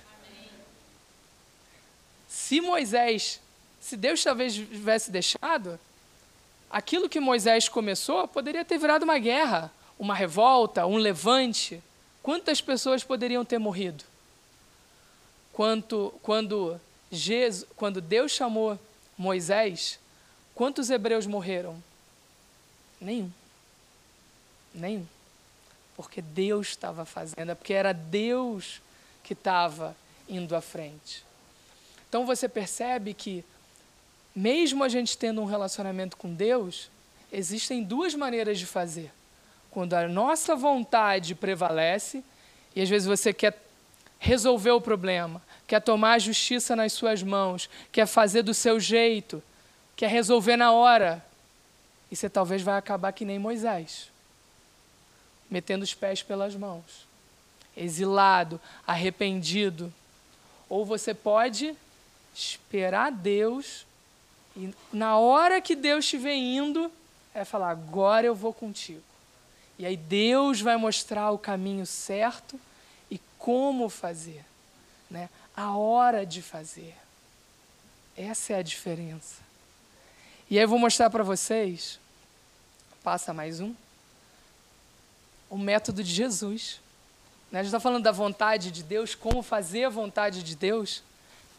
Se Moisés, se Deus talvez tivesse deixado, aquilo que Moisés começou poderia ter virado uma guerra, uma revolta, um levante. Quantas pessoas poderiam ter morrido? Quanto, quando, Jesus, quando Deus chamou Moisés, quantos hebreus morreram? Nenhum. Nenhum. Porque Deus estava fazendo, é porque era Deus que estava indo à frente. Então você percebe que, mesmo a gente tendo um relacionamento com Deus, existem duas maneiras de fazer. Quando a nossa vontade prevalece, e às vezes você quer resolver o problema, quer tomar a justiça nas suas mãos, quer fazer do seu jeito, quer resolver na hora, e você talvez vai acabar que nem Moisés, metendo os pés pelas mãos, exilado, arrependido. Ou você pode esperar Deus e na hora que Deus estiver indo, é falar, agora eu vou contigo. E aí Deus vai mostrar o caminho certo e como fazer, né? A hora de fazer. Essa é a diferença. E aí eu vou mostrar para vocês, passa mais um, o método de Jesus. Né? A gente está falando da vontade de Deus, como fazer a vontade de Deus.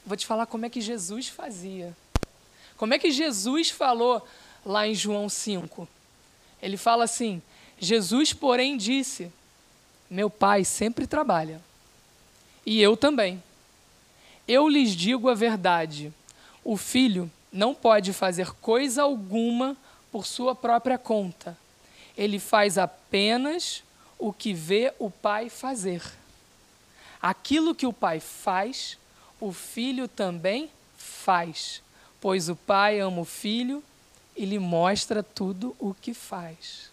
vou te falar como é que Jesus fazia. Como é que Jesus falou lá em João cinco? Ele fala assim, Jesus, porém, disse, meu Pai sempre trabalha, e eu também. Eu lhes digo a verdade, o Filho não pode fazer coisa alguma por sua própria conta. Ele faz apenas o que vê o Pai fazer. Aquilo que o Pai faz, o Filho também faz, pois o Pai ama o Filho e lhe mostra tudo o que faz.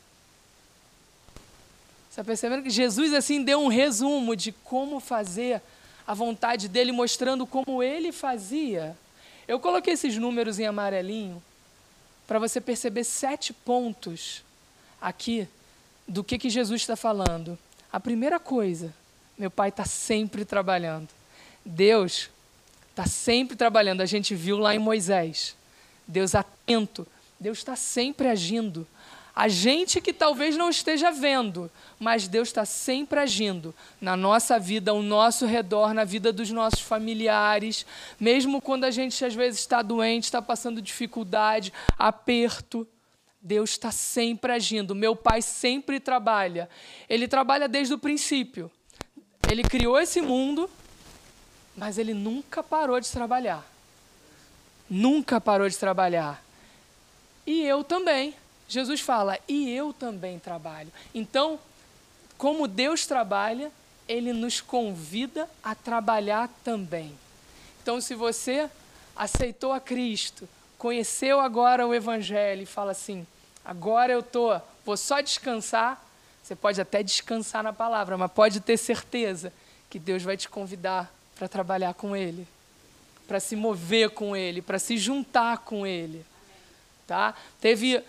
Você está percebendo que Jesus assim deu um resumo de como fazer a vontade dele, mostrando como ele fazia. Eu coloquei esses números em amarelinho para você perceber sete pontos aqui do que, que Jesus está falando. A primeira coisa, meu Pai está sempre trabalhando. Deus está sempre trabalhando. A gente viu lá em Moisés. Deus atento. Deus está sempre agindo. A gente que talvez não esteja vendo, mas Deus está sempre agindo na nossa vida, ao nosso redor, na vida dos nossos familiares, mesmo quando a gente às vezes está doente, está passando dificuldade, aperto, Deus está sempre agindo. Meu Pai sempre trabalha. Ele trabalha desde o princípio. Ele criou esse mundo, mas Ele nunca parou de trabalhar. Nunca parou de trabalhar. E eu também. Jesus fala, e eu também trabalho. Então, como Deus trabalha, Ele nos convida a trabalhar também. Então, se você aceitou a Cristo, conheceu agora o Evangelho e fala assim, agora eu tô, vou só descansar, você pode até descansar na palavra, mas pode ter certeza que Deus vai te convidar para trabalhar com Ele, para se mover com Ele, para se juntar com Ele. Tá? Teve...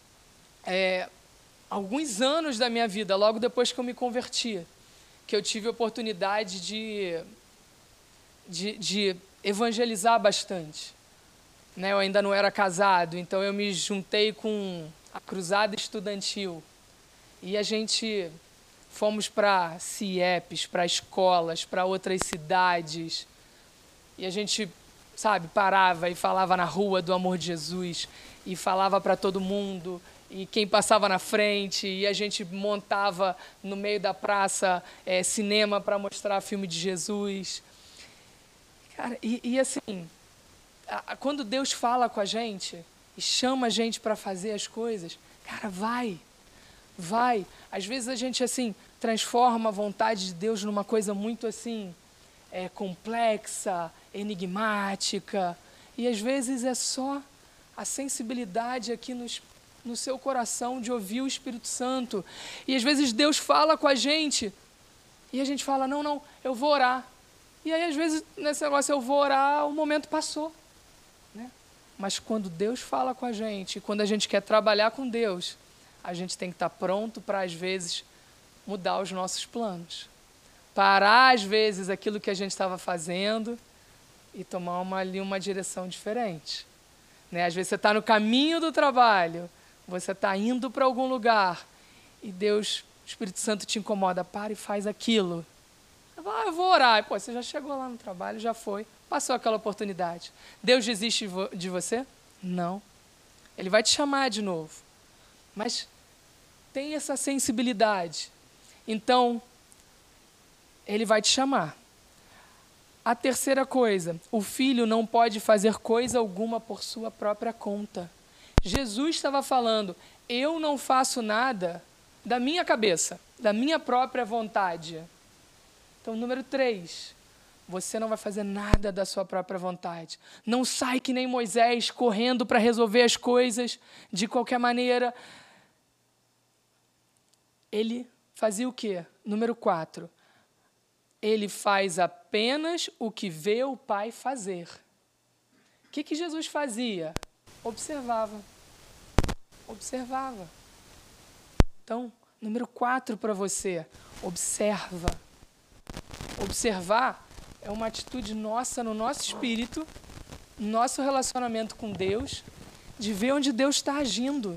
É, alguns anos da minha vida, logo depois que eu me converti, que eu tive a oportunidade de, de, de evangelizar bastante. Né? Eu ainda não era casado, então eu me juntei com a Cruzada Estudantil. E a gente fomos para C I E Ps, para escolas, para outras cidades. E a gente, sabe, parava e falava na rua do amor de Jesus, e falava para todo mundo, e quem passava na frente, e a gente montava no meio da praça é, cinema para mostrar filme de Jesus. Cara, e, e assim, a, a, quando Deus fala com a gente e chama a gente para fazer as coisas, cara, vai, vai. Às vezes a gente assim transforma a vontade de Deus numa coisa muito assim é, complexa, enigmática, e às vezes é só a sensibilidade aqui nos no seu coração de ouvir o Espírito Santo. E às vezes Deus fala com a gente e a gente fala, não, não, eu vou orar. E aí às vezes nesse negócio eu vou orar, o momento passou. Né? Mas quando Deus fala com a gente, quando a gente quer trabalhar com Deus, a gente tem que estar pronto para às vezes mudar os nossos planos. Parar às vezes aquilo que a gente estava fazendo e tomar uma, ali uma direção diferente. Né? Às vezes você está no caminho do trabalho, você está indo para algum lugar e Deus, o Espírito Santo te incomoda, para e faz aquilo. Eu falo, ah, eu vou orar. Pô, você já chegou lá no trabalho, já foi, passou aquela oportunidade. Deus desiste de você? Não. Ele vai te chamar de novo. Mas tem essa sensibilidade. Então, Ele vai te chamar. A terceira coisa, o filho não pode fazer coisa alguma por sua própria conta. Jesus estava falando, eu não faço nada da minha cabeça, da minha própria vontade. Então, número três, você não vai fazer nada da sua própria vontade. Não sai que nem Moisés, correndo para resolver as coisas de qualquer maneira. Ele fazia o quê? Número quatro, ele faz apenas o que vê o Pai fazer. O que, que Jesus fazia? Observava. Observava. Então, número quatro para você, observa. Observar é uma atitude nossa, no nosso espírito, no nosso relacionamento com Deus, de ver onde Deus está agindo.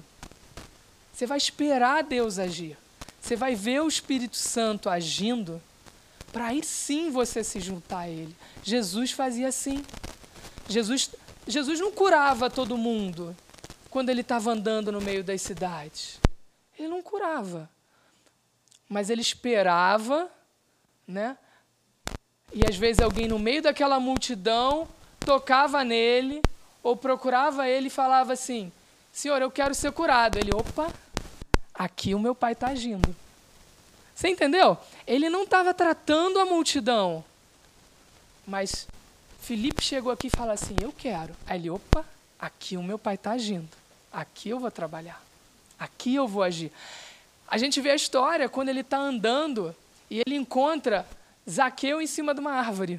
Você vai esperar Deus agir. Você vai ver o Espírito Santo agindo para aí sim você se juntar a ele. Jesus fazia assim. Jesus, Jesus não curava todo mundo quando ele estava andando no meio das cidades. Ele não curava. Mas ele esperava, né? E às vezes alguém no meio daquela multidão tocava nele ou procurava ele e falava assim, Senhor, eu quero ser curado. Ele, opa, aqui o meu pai está agindo. Você entendeu? Ele não estava tratando a multidão. Mas Filipe chegou aqui e falou assim, eu quero. Aí ele, opa, aqui o meu pai está agindo. Aqui eu vou trabalhar. Aqui eu vou agir. A gente vê a história quando ele está andando e ele encontra Zaqueu em cima de uma árvore.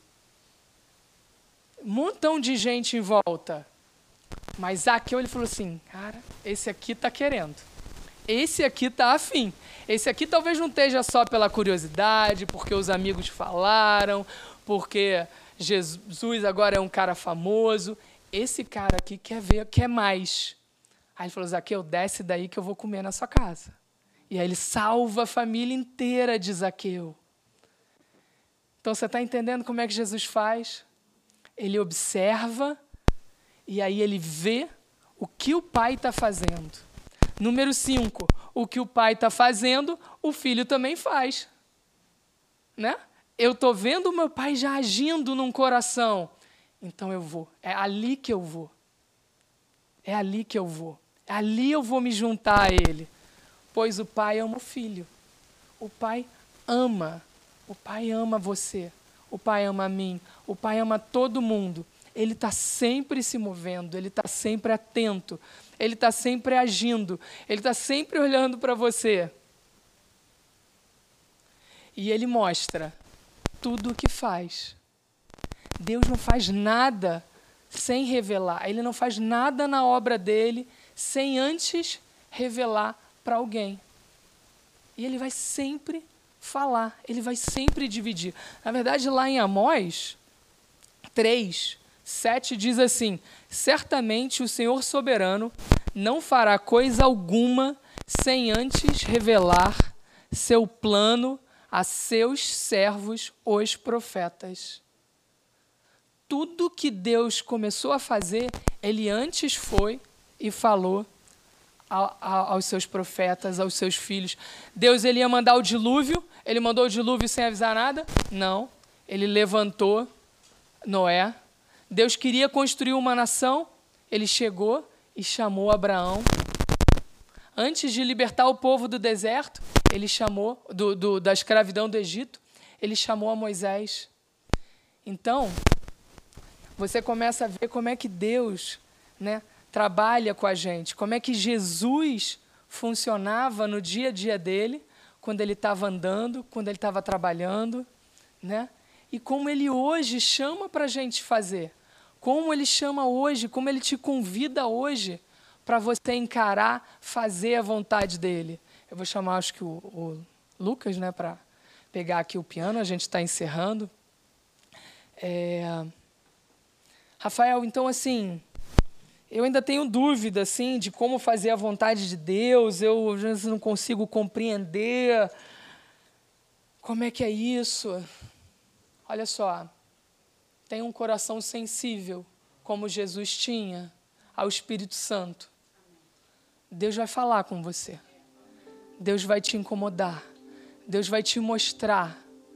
Um montão de gente em volta. Mas Zaqueu, ele falou assim, cara, esse aqui está querendo. Esse aqui está afim. Esse aqui talvez não esteja só pela curiosidade, porque os amigos falaram, porque Jesus agora é um cara famoso. Esse cara aqui quer ver, quer mais. Aí ele falou, Zaqueu, desce daí que eu vou comer na sua casa. E aí ele salva a família inteira de Zaqueu. Então você está entendendo como é que Jesus faz? Ele observa e aí ele vê o que o pai está fazendo. Número cinco, o que o pai está fazendo, o filho também faz. Né? Eu estou vendo o meu pai já agindo num coração. Então eu vou. É ali que eu vou. É ali que eu vou. É ali eu vou me juntar a ele. Pois o pai ama o filho. O pai ama. O pai ama você. O pai ama a mim. O pai ama todo mundo. Ele está sempre se movendo. Ele está sempre atento. Ele está sempre agindo. Ele está sempre olhando para você. E ele mostra tudo o que faz. Deus não faz nada sem revelar. Ele não faz nada na obra dele sem antes revelar para alguém. E ele vai sempre falar, ele vai sempre dividir. Na verdade, lá em Amós três, sete diz assim, certamente o Senhor soberano não fará coisa alguma sem antes revelar seu plano a seus servos, os profetas. Tudo que Deus começou a fazer, ele antes foi e falou a, a, aos seus profetas, aos seus filhos. Deus ele ia mandar o dilúvio, ele mandou o dilúvio sem avisar nada? Não. Ele levantou Noé. Deus queria construir uma nação, ele chegou e chamou Abraão. Antes de libertar o povo do deserto, ele chamou, do, do, da escravidão do Egito, ele chamou a Moisés. Então, você começa a ver como é que Deus, né, trabalha com a gente, como é que Jesus funcionava no dia a dia dele, quando ele estava andando, quando ele estava trabalhando, né? E como ele hoje chama para a gente fazer, como ele chama hoje, como ele te convida hoje para você encarar, fazer a vontade dele. Eu vou chamar, acho que o, o Lucas, né, para pegar aqui o piano, a gente está encerrando. É... Rafael, então, assim, eu ainda tenho dúvida, assim, de como fazer a vontade de Deus, eu às vezes não consigo compreender como é que é isso. Olha só, tem um coração sensível, como Jesus tinha, ao Espírito Santo. Deus vai falar com você. Deus vai te incomodar. Deus vai te mostrar.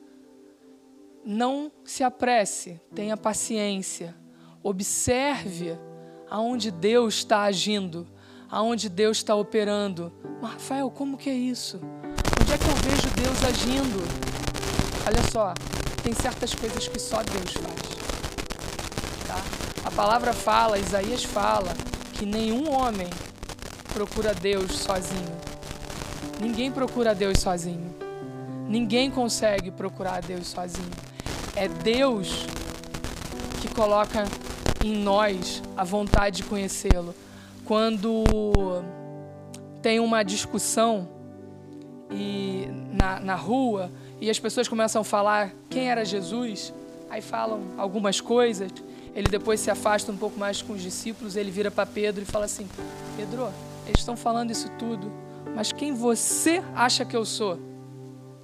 Não se apresse, tenha paciência. Observe aonde Deus está agindo, aonde Deus está operando. Mas, Rafael, como que é isso? Onde é que eu vejo Deus agindo? Olha só, tem certas coisas que só Deus faz. Tá? A palavra fala, Isaías fala, que nenhum homem procura Deus sozinho. Ninguém procura Deus sozinho. Ninguém consegue procurar Deus sozinho. É Deus que coloca em nós a vontade de conhecê-lo. Quando tem uma discussão e na, na rua e as pessoas começam a falar quem era Jesus, aí falam algumas coisas, ele depois se afasta um pouco mais com os discípulos, ele vira para Pedro e fala assim, Pedro, eles estão falando isso tudo, mas quem você acha que eu sou?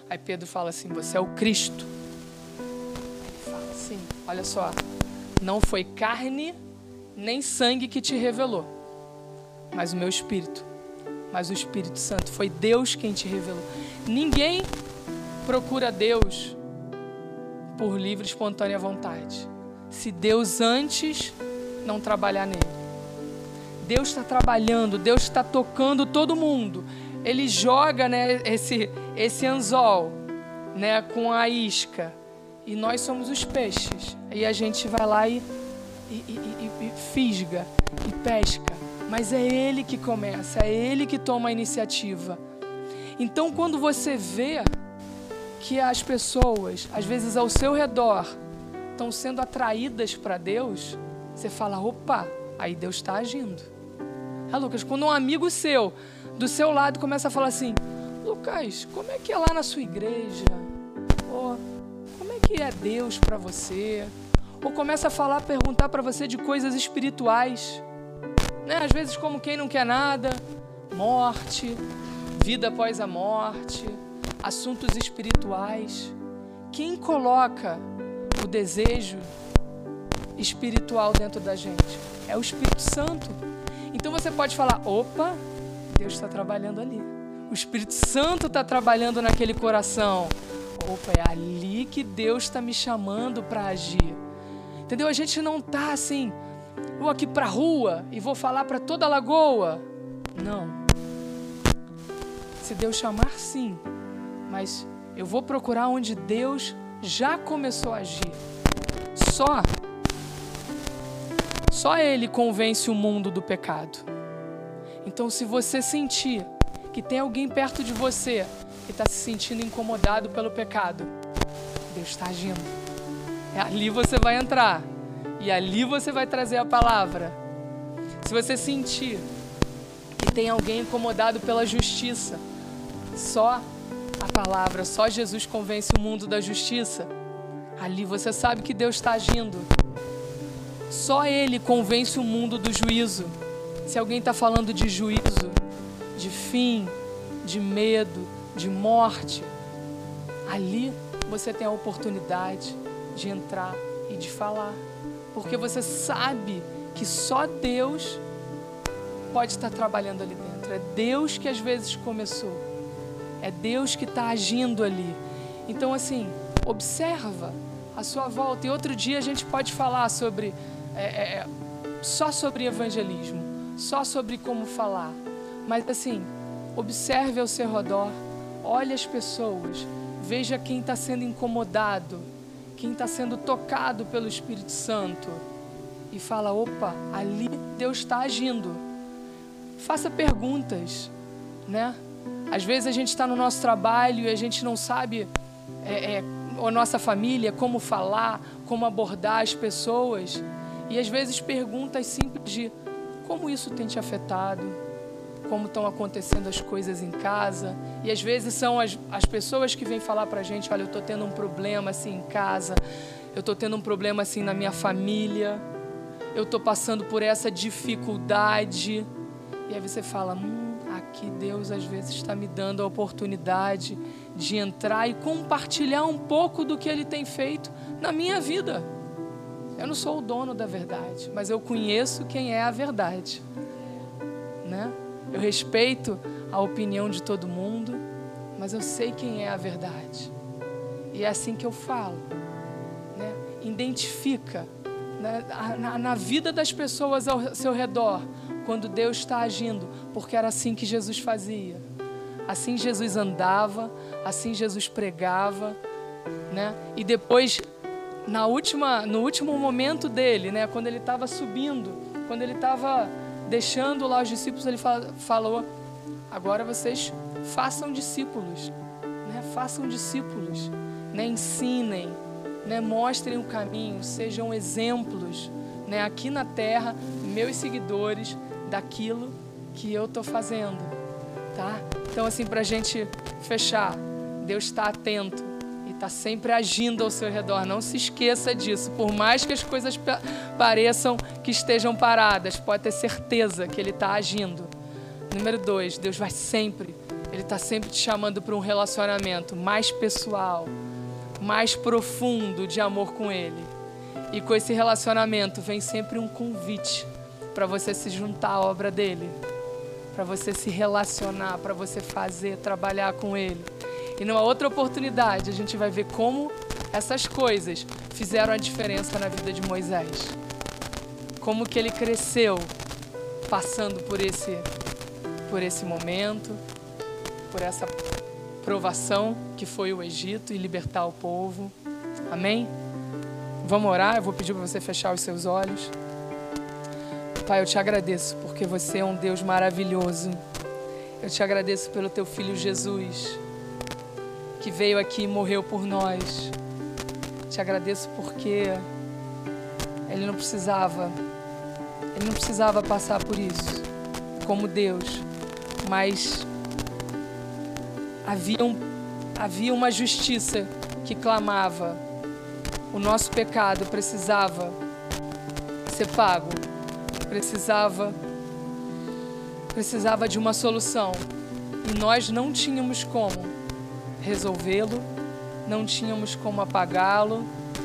Aí Pedro fala assim, você é o Cristo. Ele fala assim, olha só, não foi carne nem sangue que te revelou, mas o meu Espírito, mas o Espírito Santo. Foi Deus quem te revelou. Ninguém procura Deus por livre e espontânea vontade, se Deus antes não trabalhar nele. Deus está trabalhando, Deus está tocando todo mundo. Ele joga, né, esse, esse anzol, né, com a isca, e nós somos os peixes. E a gente vai lá e, e, e, e, e fisga e pesca. Mas é Ele que começa, é Ele que toma a iniciativa. Então, quando você vê que as pessoas, às vezes ao seu redor, estão sendo atraídas para Deus, você fala, opa, aí Deus está agindo. Ah, Lucas, quando um amigo seu, do seu lado, começa a falar assim, Lucas, como é que é lá na sua igreja? Ou, como é que é Deus para você? Ou começa a falar, perguntar para você de coisas espirituais, né? Às vezes como quem não quer nada, morte, vida após a morte, assuntos espirituais. Quem coloca o desejo espiritual dentro da gente? É o Espírito Santo. Então você pode falar, opa, Deus está trabalhando ali. O Espírito Santo está trabalhando naquele coração. Opa, é ali que Deus está me chamando para agir. Entendeu? A gente não está assim, vou aqui para a rua e vou falar para toda a lagoa. Não. Se Deus chamar, sim. Mas eu vou procurar onde Deus já começou a agir. Só, só Ele convence o mundo do pecado. Então, se você sentir que tem alguém perto de você que está se sentindo incomodado pelo pecado, Deus está agindo. É ali você vai entrar. E ali você vai trazer a palavra. Se você sentir que tem alguém incomodado pela justiça, só a palavra, só Jesus convence o mundo da justiça. Ali você sabe que Deus está agindo. Só Ele convence o mundo do juízo. Se alguém está falando de juízo, de fim, de medo, de morte, ali você tem a oportunidade de entrar e de falar. Porque você sabe que só Deus pode estar trabalhando ali dentro. É Deus que às vezes começou. É Deus que está agindo ali. Então, assim, observa a sua volta. E outro dia a gente pode falar sobre, é, é, só sobre evangelismo, só sobre como falar. Mas, assim, observe ao seu redor, olhe as pessoas, veja quem está sendo incomodado, quem está sendo tocado pelo Espírito Santo. E fala, opa, ali Deus está agindo. Faça perguntas, né? Às vezes a gente está no nosso trabalho e a gente não sabe, é, é, a nossa família, como falar, como abordar as pessoas. E às vezes perguntas simples de como isso tem te afetado, como estão acontecendo as coisas em casa. E às vezes são as, as pessoas que vêm falar para a gente, olha, eu estou tendo um problema assim em casa, eu estou tendo um problema assim na minha família, eu estou passando por essa dificuldade. E aí você fala, hum, aqui Deus às vezes está me dando a oportunidade de entrar e compartilhar um pouco do que Ele tem feito na minha vida. Eu não sou o dono da verdade, mas eu conheço quem é a verdade, né? Eu respeito a opinião de todo mundo, mas eu sei quem é a verdade. E é assim que eu falo, né? Identifica, né, na, na vida das pessoas ao seu redor, quando Deus está agindo, porque era assim que Jesus fazia. Assim Jesus andava, assim Jesus pregava, né? E depois, na última, no último momento dele, né, quando ele estava subindo, quando ele estava deixando lá os discípulos, ele falou, agora vocês façam discípulos, né? Façam discípulos, né? Ensinem, né? Mostrem o caminho, sejam exemplos, né? Aqui na terra, meus seguidores, daquilo que eu estou fazendo, tá? Então, assim, para a gente fechar, Deus está atento e está sempre agindo ao seu redor. Não se esqueça disso. Por mais que as coisas pareçam que estejam paradas, pode ter certeza que Ele está agindo. Número dois, Deus vai sempre, Ele Ele está sempre te chamando para um relacionamento mais pessoal, mais profundo de amor com Ele. E com esse relacionamento vem sempre um convite para você se juntar à obra dEle, para você se relacionar, para você fazer, trabalhar com Ele. E numa outra oportunidade a gente vai ver como essas coisas fizeram a diferença na vida de Moisés. Como que ele cresceu passando por esse, por esse momento, por essa provação que foi o Egito e libertar o povo. Amém? Vamos orar? Eu vou pedir para você fechar os seus olhos. Pai, eu te agradeço porque você é um Deus maravilhoso. Eu te agradeço pelo teu Filho Jesus, que veio aqui e morreu por nós. Te agradeço porque Ele não precisava, Ele não precisava passar por isso como Deus, mas havia, um, havia uma justiça que clamava. O nosso pecado precisava ser pago, precisava, precisava de uma solução. E nós não tínhamos como resolvê-lo, não tínhamos como apagá-lo.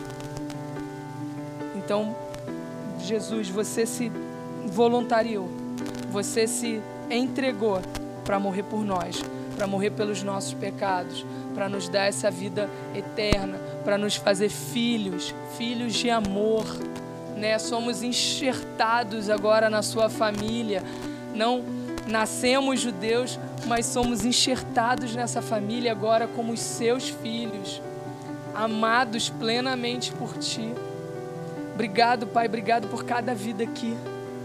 Então, Jesus, você se voluntariou, você se entregou para morrer por nós, para morrer pelos nossos pecados, para nos dar essa vida eterna, para nos fazer filhos, filhos de amor, né? Somos enxertados agora na sua família. Não nascemos judeus, mas somos enxertados nessa família agora como os seus filhos, amados plenamente por Ti. Obrigado, Pai, obrigado por cada vida aqui.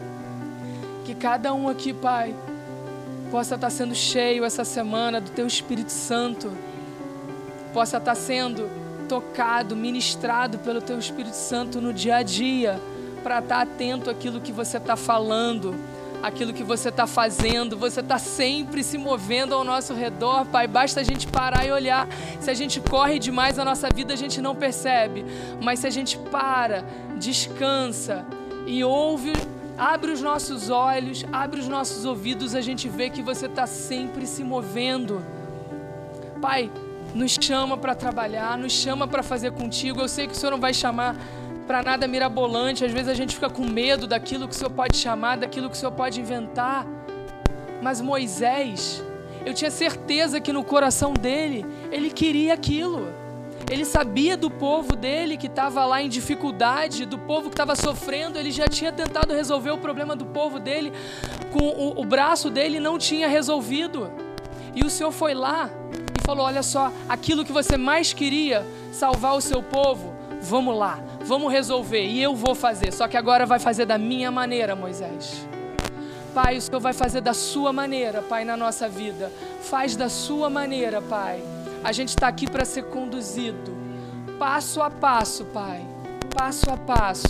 Que cada um aqui, Pai, possa estar sendo cheio essa semana do Teu Espírito Santo, possa estar sendo tocado, ministrado pelo Teu Espírito Santo no dia a dia, para estar atento àquilo que você está falando, aquilo que você está fazendo. Você está sempre se movendo ao nosso redor, Pai. Basta a gente parar e olhar. Se a gente corre demais a nossa vida, a gente não percebe. Mas se a gente para, descansa e ouve, abre os nossos olhos, abre os nossos ouvidos, a gente vê que você está sempre se movendo. Pai, nos chama para trabalhar, nos chama para fazer contigo. Eu sei que o Senhor não vai chamar para nada mirabolante. Às vezes a gente fica com medo daquilo que o Senhor pode chamar, daquilo que o Senhor pode inventar. Mas Moisés, eu tinha certeza que no coração dele, ele queria aquilo. Ele sabia do povo dele que estava lá em dificuldade, do povo que estava sofrendo. Ele já tinha tentado resolver o problema do povo dele, com o, o braço dele não tinha resolvido. E o Senhor foi lá e falou: olha só, aquilo que você mais queria, salvar o seu povo, vamos lá, vamos resolver, e eu vou fazer. Só que agora vai fazer da minha maneira, Moisés. Pai, o Senhor vai fazer da sua maneira, Pai, na nossa vida. Faz da sua maneira, Pai. A gente está aqui para ser conduzido, passo a passo, Pai, passo a passo.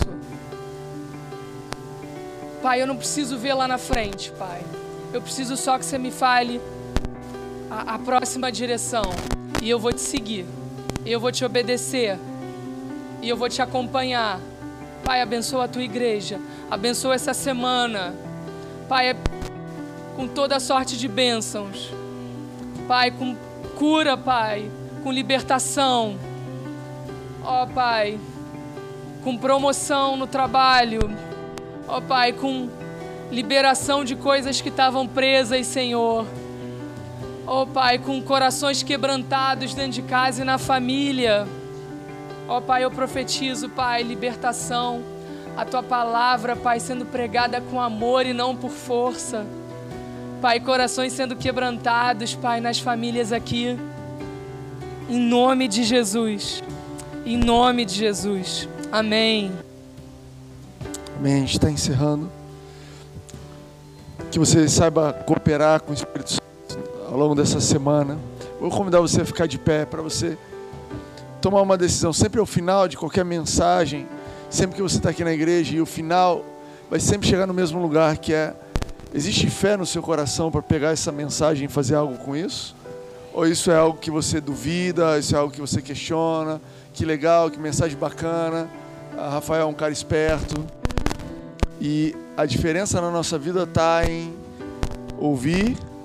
Pai, eu não preciso ver lá na frente, Pai. Eu preciso só que você me fale a, a próxima direção, e eu vou te seguir, e eu vou te obedecer, e eu vou te acompanhar. Pai, abençoa a tua igreja, abençoa essa semana, Pai, com toda a sorte de bênçãos, Pai, com cura, Pai, com libertação, ó Pai, com promoção no trabalho, ó Pai, com liberação de coisas que estavam presas, Senhor, ó Pai, com corações quebrantados dentro de casa e na família. Ó Pai, eu profetizo, Pai, libertação, a Tua palavra, Pai, sendo pregada com amor e não por força. Pai, corações sendo quebrantados, Pai, nas famílias aqui. Em nome de Jesus. Em nome de Jesus. Amém. Amém. A gente está encerrando. Que você saiba cooperar com o Espírito Santo ao longo dessa semana. Vou convidar você a ficar de pé para você tomar uma decisão. Sempre ao final de qualquer mensagem, sempre que você está aqui na igreja, e o final vai sempre chegar no mesmo lugar, que é: existe fé no seu coração para pegar essa mensagem e fazer algo com isso? Ou isso é algo que você duvida, isso é algo que você questiona? Que legal, que mensagem bacana. A Rafael é um cara esperto. E a diferença na nossa vida está em ouvir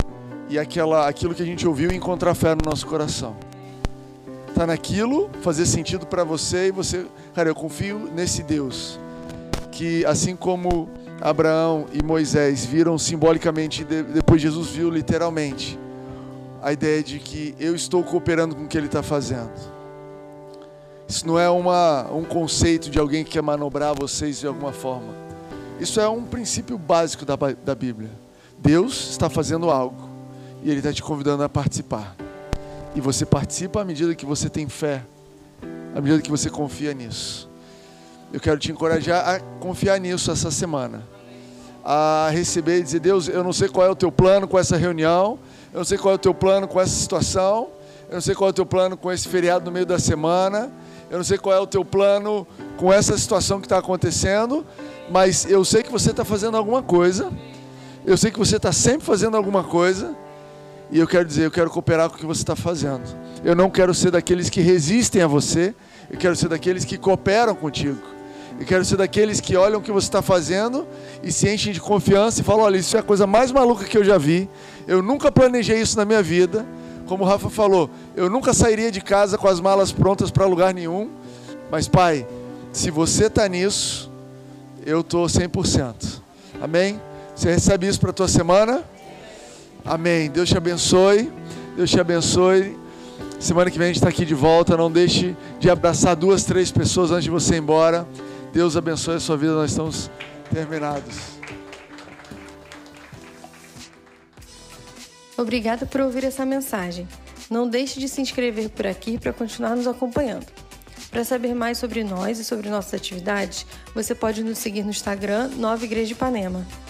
e aquela, aquilo que a gente ouviu e encontrar fé no nosso coração. Tá naquilo, fazer sentido para você e você, cara, eu confio nesse Deus que, assim como Abraão e Moisés viram simbolicamente, depois Jesus viu literalmente a ideia de que eu estou cooperando com o que ele está fazendo. Isso não é uma, um conceito de alguém que quer manobrar vocês de alguma forma. Isso é um princípio básico da, da Bíblia. Deus está fazendo algo e ele está te convidando a participar. E você participa à medida que você tem fé, à medida que você confia nisso. Eu quero te encorajar a confiar nisso essa semana. A receber e dizer, Deus, eu não sei qual é o teu plano com essa reunião, eu não sei qual é o teu plano com essa situação, eu não sei qual é o teu plano com esse feriado no meio da semana, eu não sei qual é o teu plano com essa situação que está acontecendo, mas eu sei que você está fazendo alguma coisa, eu sei que você está sempre fazendo alguma coisa, e eu quero dizer, eu quero cooperar com o que você está fazendo. Eu não quero ser daqueles que resistem a você, eu quero ser daqueles que cooperam contigo. Eu quero ser daqueles que olham o que você está fazendo e se enchem de confiança e falam, olha, isso é a coisa mais maluca que eu já vi, eu nunca planejei isso na minha vida, como o Rafa falou, eu nunca sairia de casa com as malas prontas para lugar nenhum, mas Pai, se você está nisso, eu estou cem por cento. Amém? Você recebe isso para a tua semana? Amém. Deus te abençoe, Deus te abençoe. Semana que vem a gente está aqui de volta, não deixe de abraçar duas, três pessoas antes de você ir embora. Deus abençoe a sua vida, nós estamos terminados. Obrigada por ouvir essa mensagem. Não deixe de se inscrever por aqui para continuar nos acompanhando. Para saber mais sobre nós e sobre nossas atividades, você pode nos seguir no Instagram Nova Igreja Ipanema.